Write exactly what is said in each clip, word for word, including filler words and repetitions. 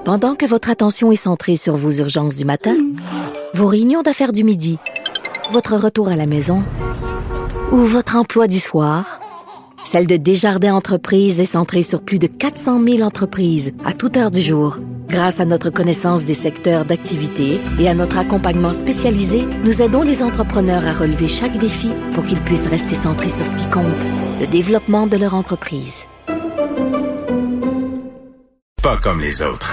Pendant que votre attention est centrée sur vos urgences du matin, vos réunions d'affaires du midi, votre retour à la maison ou votre emploi du soir, celle de Desjardins Entreprises est centrée sur plus de quatre cent mille entreprises à toute heure du jour. Grâce à notre connaissance des secteurs d'activité et à notre accompagnement spécialisé, nous aidons les entrepreneurs à relever chaque défi pour qu'ils puissent rester centrés sur ce qui compte, le développement de leur entreprise. Pas comme les autres.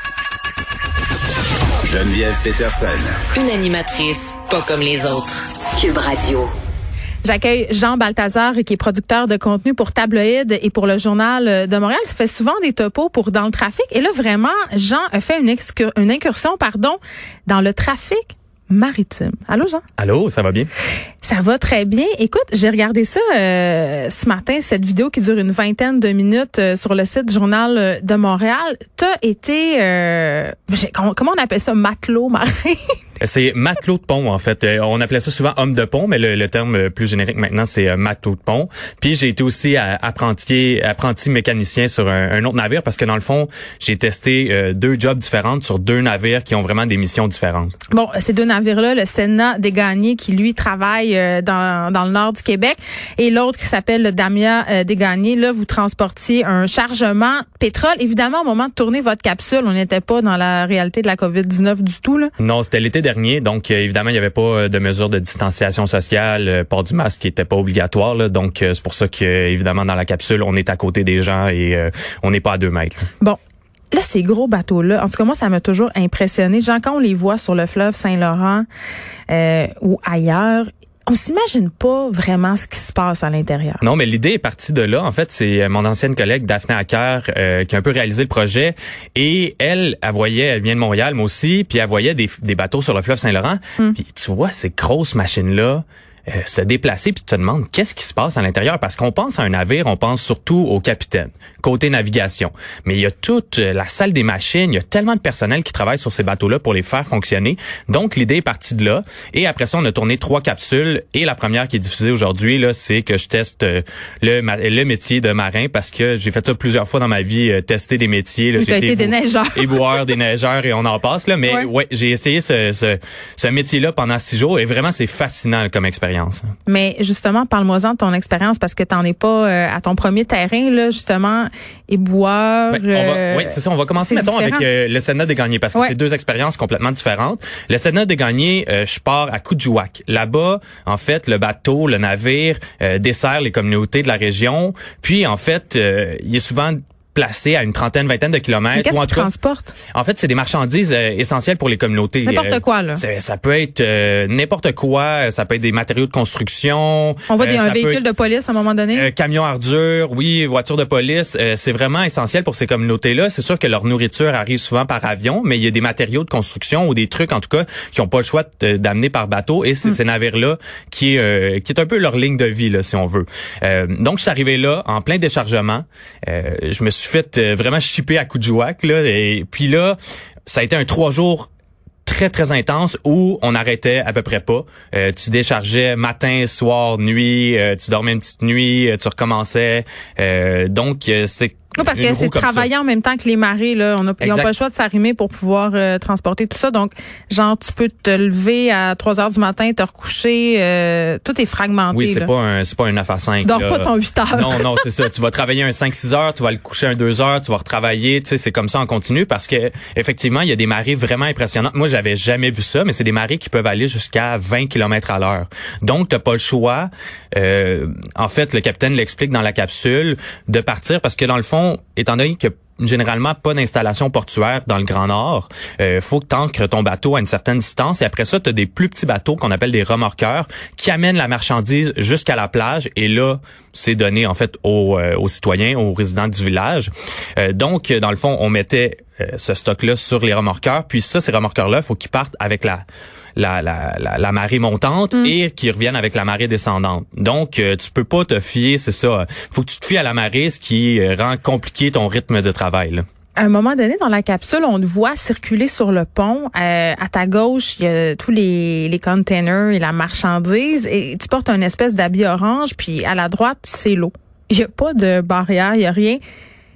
Geneviève Peterson. Une animatrice pas comme les autres. Cube Radio. J'accueille Jean Balthazar, qui est producteur de contenu pour Tabloïd et pour le Journal de Montréal. Il fait souvent des topos pour Dans le trafic. Et là, vraiment, Jean a fait une, excur- une incursion pardon, dans le trafic maritime. Allô, Jean? Allô, ça va bien? Ça va très bien. Écoute, j'ai regardé ça euh, ce matin, cette vidéo qui dure une vingtaine de minutes euh, sur le site du Journal de Montréal. T'as été, euh, comment on appelle ça, matelot marin? C'est matelot de pont, en fait. On appelait ça souvent homme de pont, mais le, le terme plus générique maintenant, c'est matelot de pont. Puis j'ai été aussi apprenti, apprenti mécanicien sur un, un autre navire parce que dans le fond, j'ai testé euh, deux jobs différents sur deux navires qui ont vraiment des missions différentes. Bon, ces deux navires-là, le Senna Desgagnés qui, lui, travaille euh, dans, dans le nord du Québec et l'autre qui s'appelle le Damia euh, Desgagnés. Là, vous transportiez un chargement de pétrole. Évidemment, au moment de tourner votre capsule, on n'était pas dans la réalité de la covid dix-neuf du tout, là. Non, c'était l'été dernier, donc euh, évidemment il n'y avait pas de mesures de distanciation sociale, euh, port du masque qui était pas obligatoire, là, donc euh, c'est pour ça que euh, évidemment dans la capsule on est à côté des gens et euh, on n'est pas à deux mètres. Là. Bon. Là, ces gros bateaux-là, en tout cas, moi, ça m'a toujours impressionné. Genre, quand on les voit sur le fleuve Saint-Laurent euh, ou ailleurs, on s'imagine pas vraiment ce qui se passe à l'intérieur. Non, mais l'idée est partie de là. En fait, c'est mon ancienne collègue Daphné Acker euh, qui a un peu réalisé le projet. Et elle, elle voyait, elle vient de Montréal, moi aussi, puis elle voyait des, des bateaux sur le fleuve Saint-Laurent. Mm. Puis tu vois ces grosses machines-là Euh, se déplacer, puis tu te demandes qu'est-ce qui se passe à l'intérieur, parce qu'on pense à un navire, on pense surtout au capitaine, côté navigation. Mais il y a toute la salle des machines, il y a tellement de personnel qui travaille sur ces bateaux-là pour les faire fonctionner. Donc l'idée est partie de là. Et après ça, on a tourné trois capsules. Et la première qui est diffusée aujourd'hui, là, c'est que je teste euh, le le métier de marin, parce que j'ai fait ça plusieurs fois dans ma vie, euh, tester des métiers. Là, oui, j'ai été été des neigeurs. éboueur, des neigeurs, et on en passe là. Mais ouais, ouais j'ai essayé ce, ce ce métier-là pendant six jours, et vraiment c'est fascinant là, comme expérience. Mais justement, parle-moi-en de ton expérience parce que t'en es pas euh, à ton premier terrain, là, justement, éboueur. Ben, euh, oui, c'est ça. On va commencer, mettons, différent. avec euh, le Senna Desgagnés parce que ouais. c'est deux expériences complètement différentes. Le Senna Desgagnés, euh, je pars à Coudjouac. Là-bas, en fait, le bateau, le navire euh, dessert les communautés de la région. Puis, en fait, euh, il est souvent placé à une trentaine, vingtaine de kilomètres. Mais qu'est-ce ou en qu'ils transportent? En fait, c'est des marchandises euh, essentielles pour les communautés. N'importe euh, quoi, là. Ça peut être euh, n'importe quoi. Ça peut être des matériaux de construction. On voit des, euh, un véhicule de police à un moment donné. Euh, camion ardure, oui, voiture de police. Euh, c'est vraiment essentiel pour ces communautés-là. C'est sûr que leur nourriture arrive souvent par avion, mais il y a des matériaux de construction ou des trucs, en tout cas, qui ont pas le choix de, d'amener par bateau. Et c'est hum. ces navires-là qui est, euh, qui est un peu leur ligne de vie, là, si on veut. Euh, donc, je suis arrivé là, en plein déchargement. Euh, je me suis fait euh, vraiment chipper à Coudjouac, là. Et puis là, ça a été un trois jours très, très intense où on n'arrêtait à peu près pas. Euh, tu déchargeais matin, soir, nuit, euh, tu dormais une petite nuit, euh, tu recommençais. Euh, donc, euh, c'est Oui, parce que c'est travailler en même temps que les marées, là. On a, ils n'ont pas le choix de s'arrimer pour pouvoir euh, transporter tout ça. Donc, genre, tu peux te lever à trois heures du matin, te recoucher, euh, tout est fragmenté. Oui, c'est là. pas un, c'est pas un neuf à cinq. Tu dors là. pas ton huit heures. Non, non, c'est ça. Tu vas travailler un cinq six heures, tu vas le coucher un deux heures, tu vas retravailler. Tu sais, c'est comme ça en continu parce que, effectivement, il y a des marées vraiment impressionnantes. Moi, j'avais jamais vu ça, mais c'est des marées qui peuvent aller jusqu'à vingt kilomètres à l'heure. Donc, t'as pas le choix. Euh, en fait, le capitaine l'explique dans la capsule de partir parce que dans le fond, étant donné que généralement pas d'installation portuaire dans le Grand Nord. Euh, faut que t'ancres ton bateau à une certaine distance et après ça, tu as des plus petits bateaux qu'on appelle des remorqueurs qui amènent la marchandise jusqu'à la plage et là, c'est donné en fait aux, euh, aux citoyens, aux résidents du village. Euh, donc, dans le fond, on mettait euh, ce stock-là sur les remorqueurs. Puis ça, ces remorqueurs-là, faut qu'ils partent avec la La, la, la, la marée montante mm. et qui reviennent avec la marée descendante. Donc, euh, tu peux pas te fier, c'est ça. Faut que tu te fies à la marée, ce qui euh, rend compliqué ton rythme de travail, là. À un moment donné, dans la capsule, on te voit circuler sur le pont. Euh, à ta gauche, il y a tous les, les containers et la marchandise. Et tu portes une espèce d'habit orange. Puis à la droite, c'est l'eau. Il y a pas de barrière, il y a rien.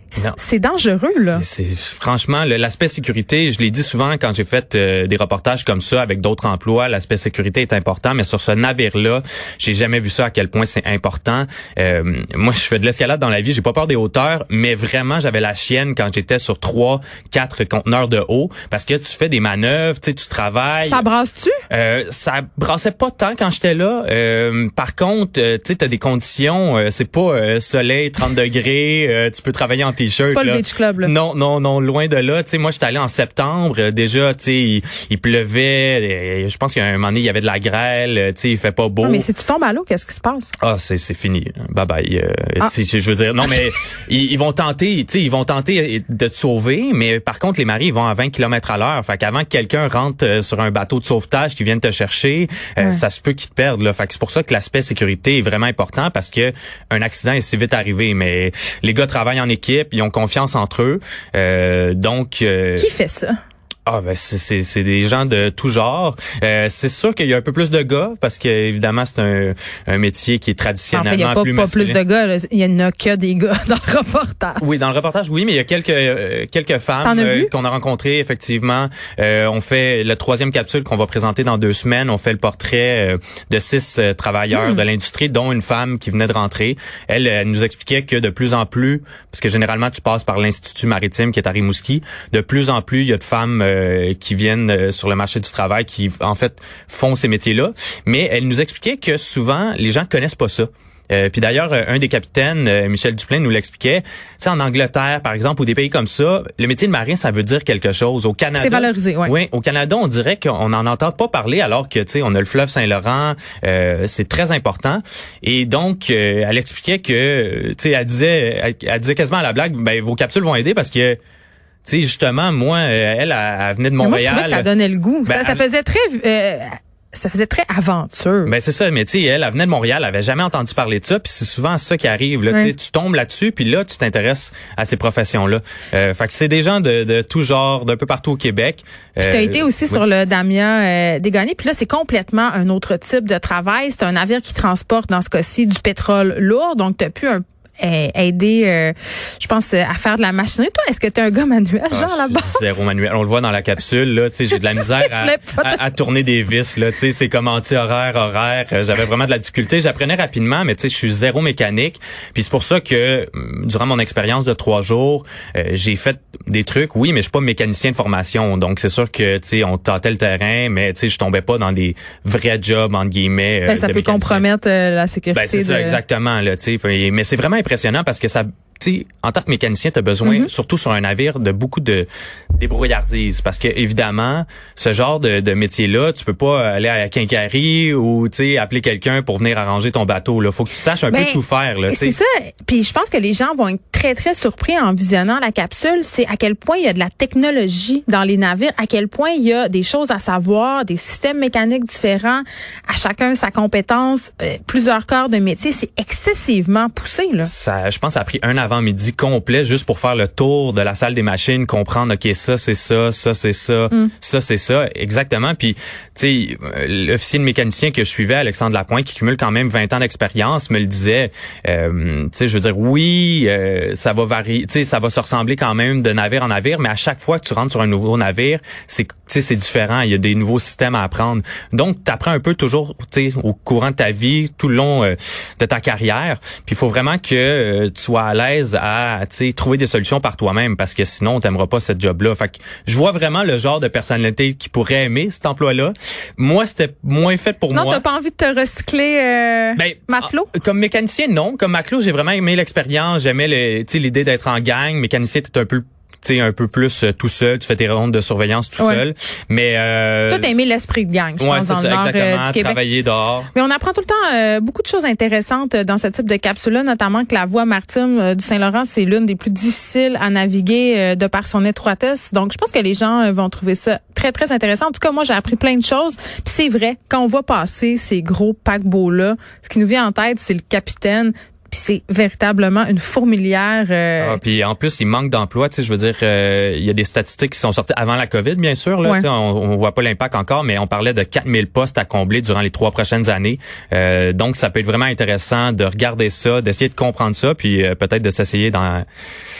Non. C'est dangereux, là. C'est, c'est franchement le, l'aspect sécurité. Je l'ai dit souvent quand j'ai fait euh, des reportages comme ça avec d'autres emplois. L'aspect sécurité est important, mais sur ce navire-là, j'ai jamais vu ça à quel point c'est important. Euh, moi, je fais de l'escalade dans la vie. J'ai pas peur des hauteurs, mais vraiment, j'avais la chienne quand j'étais sur trois, quatre conteneurs de haut, parce que tu fais des manœuvres, tu sais, tu travailles. Ça brasse-tu? Euh, ça brassait pas tant quand j'étais là. Euh, par contre, euh, tu sais, t'as des conditions. Euh, c'est pas euh, soleil, trente degrés. Euh, tu peux travailler en t-shirt. C'est pas là. le beach club, là. Non, non, non, loin de là. Tu sais, moi, j'étais allé en septembre. Euh, déjà, tu sais, il, il pleuvait. Euh, je pense qu'à un moment donné, il y avait de la grêle. Euh, tu sais, il fait pas beau. Non, mais si tu tombes à l'eau, qu'est-ce qui se passe? Ah, c'est c'est fini. Bye bye. Euh, Ah. Je veux dire, non, mais ils, ils vont tenter. Tu sais, ils vont tenter de te sauver. Mais par contre, les marins, ils vont à vingt kilomètres à l'heure. Fait qu'avant que quelqu'un rentre euh, sur un bateau de sauvetage qui vienne te chercher, euh, Ouais. ça se peut qu'ils te perdent. Là. Fait que c'est pour ça que l'aspect sécurité est vraiment important, parce que un accident est si vite arrivé. Mais les gars travaillent en équipe, ils ont confiance entre eux. Euh, donc euh, Qui fait ça? Ah ben c'est c'est c'est des gens de tout genre. Euh, c'est sûr qu'il y a un peu plus de gars, parce que évidemment c'est un un métier qui est En traditionnellement fait, il n'y a pas, plus pas masculin. plus de gars. là. Il y en a que des gars dans le reportage. Oui, dans le reportage, oui, mais il y a quelques euh, quelques femmes T'en as euh, vu? qu'on a rencontrées, effectivement. Euh, on fait la troisième capsule qu'on va présenter dans deux semaines. On fait le portrait euh, de six euh, travailleurs Mm. de l'industrie, dont une femme qui venait de rentrer. Elle, elle nous expliquait que de plus en plus, parce que généralement tu passes par l'Institut maritime qui est à Rimouski, de plus en plus il y a de femmes euh, qui viennent euh, sur le marché du travail, qui en fait font ces métiers-là. Mais elle nous expliquait que souvent les gens connaissent pas ça. Euh, puis d'ailleurs, euh, un des capitaines, euh, Michel Duplain, nous l'expliquait. Tu sais, en Angleterre, par exemple, ou des pays comme ça, le métier de marin, ça veut dire quelque chose. Au Canada, C'est valorisé, ouais. Oui, au Canada, on dirait qu'on n'en entend pas parler, alors que, tu sais, on a le fleuve Saint-Laurent, euh, c'est très important. Et donc, euh, elle expliquait que, tu sais, elle disait, elle, elle disait quasiment à la blague, ben vos capsules vont aider parce que, tu sais, justement, moi, euh, elle, elle, elle venait de Mais moi, je Montréal. trouvais que ça donnait le goût. Ben, ça, ça elle- faisait très... euh, ça faisait très aventure. Ben c'est ça, mais tu sais, elle, elle venait de Montréal, elle avait jamais entendu parler de ça, puis c'est souvent ça qui arrive. Là, Ouais. tu sais, tu tombes là-dessus, puis là, tu t'intéresses à ces professions-là. Euh, fait que c'est des gens de, de tout genre, d'un peu partout au Québec. Puis tu as Euh, été aussi oui. sur le Damia euh, Degagné. Puis là, c'est complètement un autre type de travail. C'est un navire qui transporte, dans ce cas-ci, du pétrole lourd. Donc, tu as pu un euh, aider, euh, je pense, euh, à faire de la machinerie. Toi, est-ce que tu es un gars manuel, Ah, genre, je suis là-bas? zéro manuel. On le voit dans la capsule, là, tu sais, j'ai de la misère à, voulais pas à, à tourner des vis, là, tu sais, c'est comme anti-horaire, horaire. Euh, J'avais vraiment de la difficulté. J'apprenais rapidement, mais tu sais, je suis zéro mécanique. Puis c'est pour ça que, hum, durant mon expérience de trois jours, euh, j'ai fait des trucs, oui, mais je suis pas mécanicien de formation. Donc, c'est sûr que, tu sais, on tâtait le terrain, mais tu sais, je tombais pas dans des vrais jobs, entre guillemets, euh, Ben, ça de peut mécanicien. compromettre euh, la sécurité. Ben, c'est ça, de- exactement, là, tu sais. Puis- Mais c'est vraiment impressionnant parce que ça, tu sais, en tant que mécanicien, tu as besoin, Mm-hmm. surtout sur un navire, de beaucoup de débrouillardise. Parce que, évidemment, ce genre de, de métier-là, tu peux pas aller à la quincaillerie ou, tu sais, appeler quelqu'un pour venir arranger ton bateau, là. Faut que tu saches un Ben, peu tout faire, là, tu C'est sais. ça. Puis je pense que les gens vont être très, très surpris en visionnant la capsule. C'est à quel point il y a de la technologie dans les navires, à quel point il y a des choses à savoir, des systèmes mécaniques différents, à chacun sa compétence, euh, plusieurs corps de métier. C'est excessivement poussé, là. Ça, je pense, ça a pris un avant-midi complet juste pour faire le tour de la salle des machines, comprendre, OK, ça, c'est ça, ça, c'est ça, Mm. ça, c'est ça. Exactement. Puis, tu sais, euh, l'officier de mécanicien que je suivais, Alexandre Lapointe, qui cumule quand même vingt ans d'expérience, me le disait. Euh, tu sais, je veux dire, oui, euh, ça va varier, tu sais, ça va se ressembler quand même de navire en navire, mais à chaque fois que tu rentres sur un nouveau navire, c'est, tu sais, c'est différent. Il y a des nouveaux systèmes à apprendre. Donc, tu apprends un peu toujours, tu sais, au courant de ta vie, tout le long euh, de ta carrière. Puis, il faut vraiment que euh, tu sois à l'aise à, tu sais, trouver des solutions par toi-même, parce que sinon, t'aimeras pas cette job-là. Fait que je vois vraiment le genre de personnalité qui pourrait aimer cet emploi-là. Moi, c'était moins fait pour Non, moi. t'as pas envie de te recycler, euh, Ben, matelot? ah, Comme mécanicien, non. Comme matelot, j'ai vraiment aimé l'expérience. J'aimais le, tu sais, l'idée d'être en gang. Mécanicien, t'es un peu, tu sais, un peu plus euh, tout seul. Tu fais tes rondes de surveillance tout Ouais. seul. Mais euh, Toi, t'as aimé l'esprit de gang, je ouais, pense, c'est dans ça, le nord euh, exactement. du Québec. Travailler dehors. Mais on apprend tout le temps euh, beaucoup de choses intéressantes euh, dans ce type de capsule-là, notamment que la voie maritime euh, du Saint-Laurent, c'est l'une des plus difficiles à naviguer euh, de par son étroitesse. Donc, je pense que les gens euh, vont trouver ça très, très intéressant. En tout cas, moi, j'ai appris plein de choses. Puis c'est vrai, quand on voit passer ces gros paquebots-là, ce qui nous vient en tête, c'est le capitaine. Puis c'est véritablement une fourmilière. euh, Ah, puis en plus, il manque d'emplois. Tu sais, je veux dire, euh, il y a des statistiques qui sont sorties avant la COVID, bien sûr. Là, Ouais. tu sais, on, on voit pas l'impact encore, mais on parlait de quatre mille postes à combler durant les trois prochaines années. Euh, donc, ça peut être vraiment intéressant de regarder ça, d'essayer de comprendre ça, puis euh, peut-être de s'essayer dans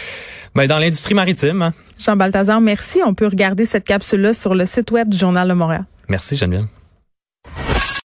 Ben, dans l'industrie maritime. Hein. Jean Balthazar, merci. On peut regarder cette capsule-là sur le site web du Journal de Montréal. Merci, Geneviève.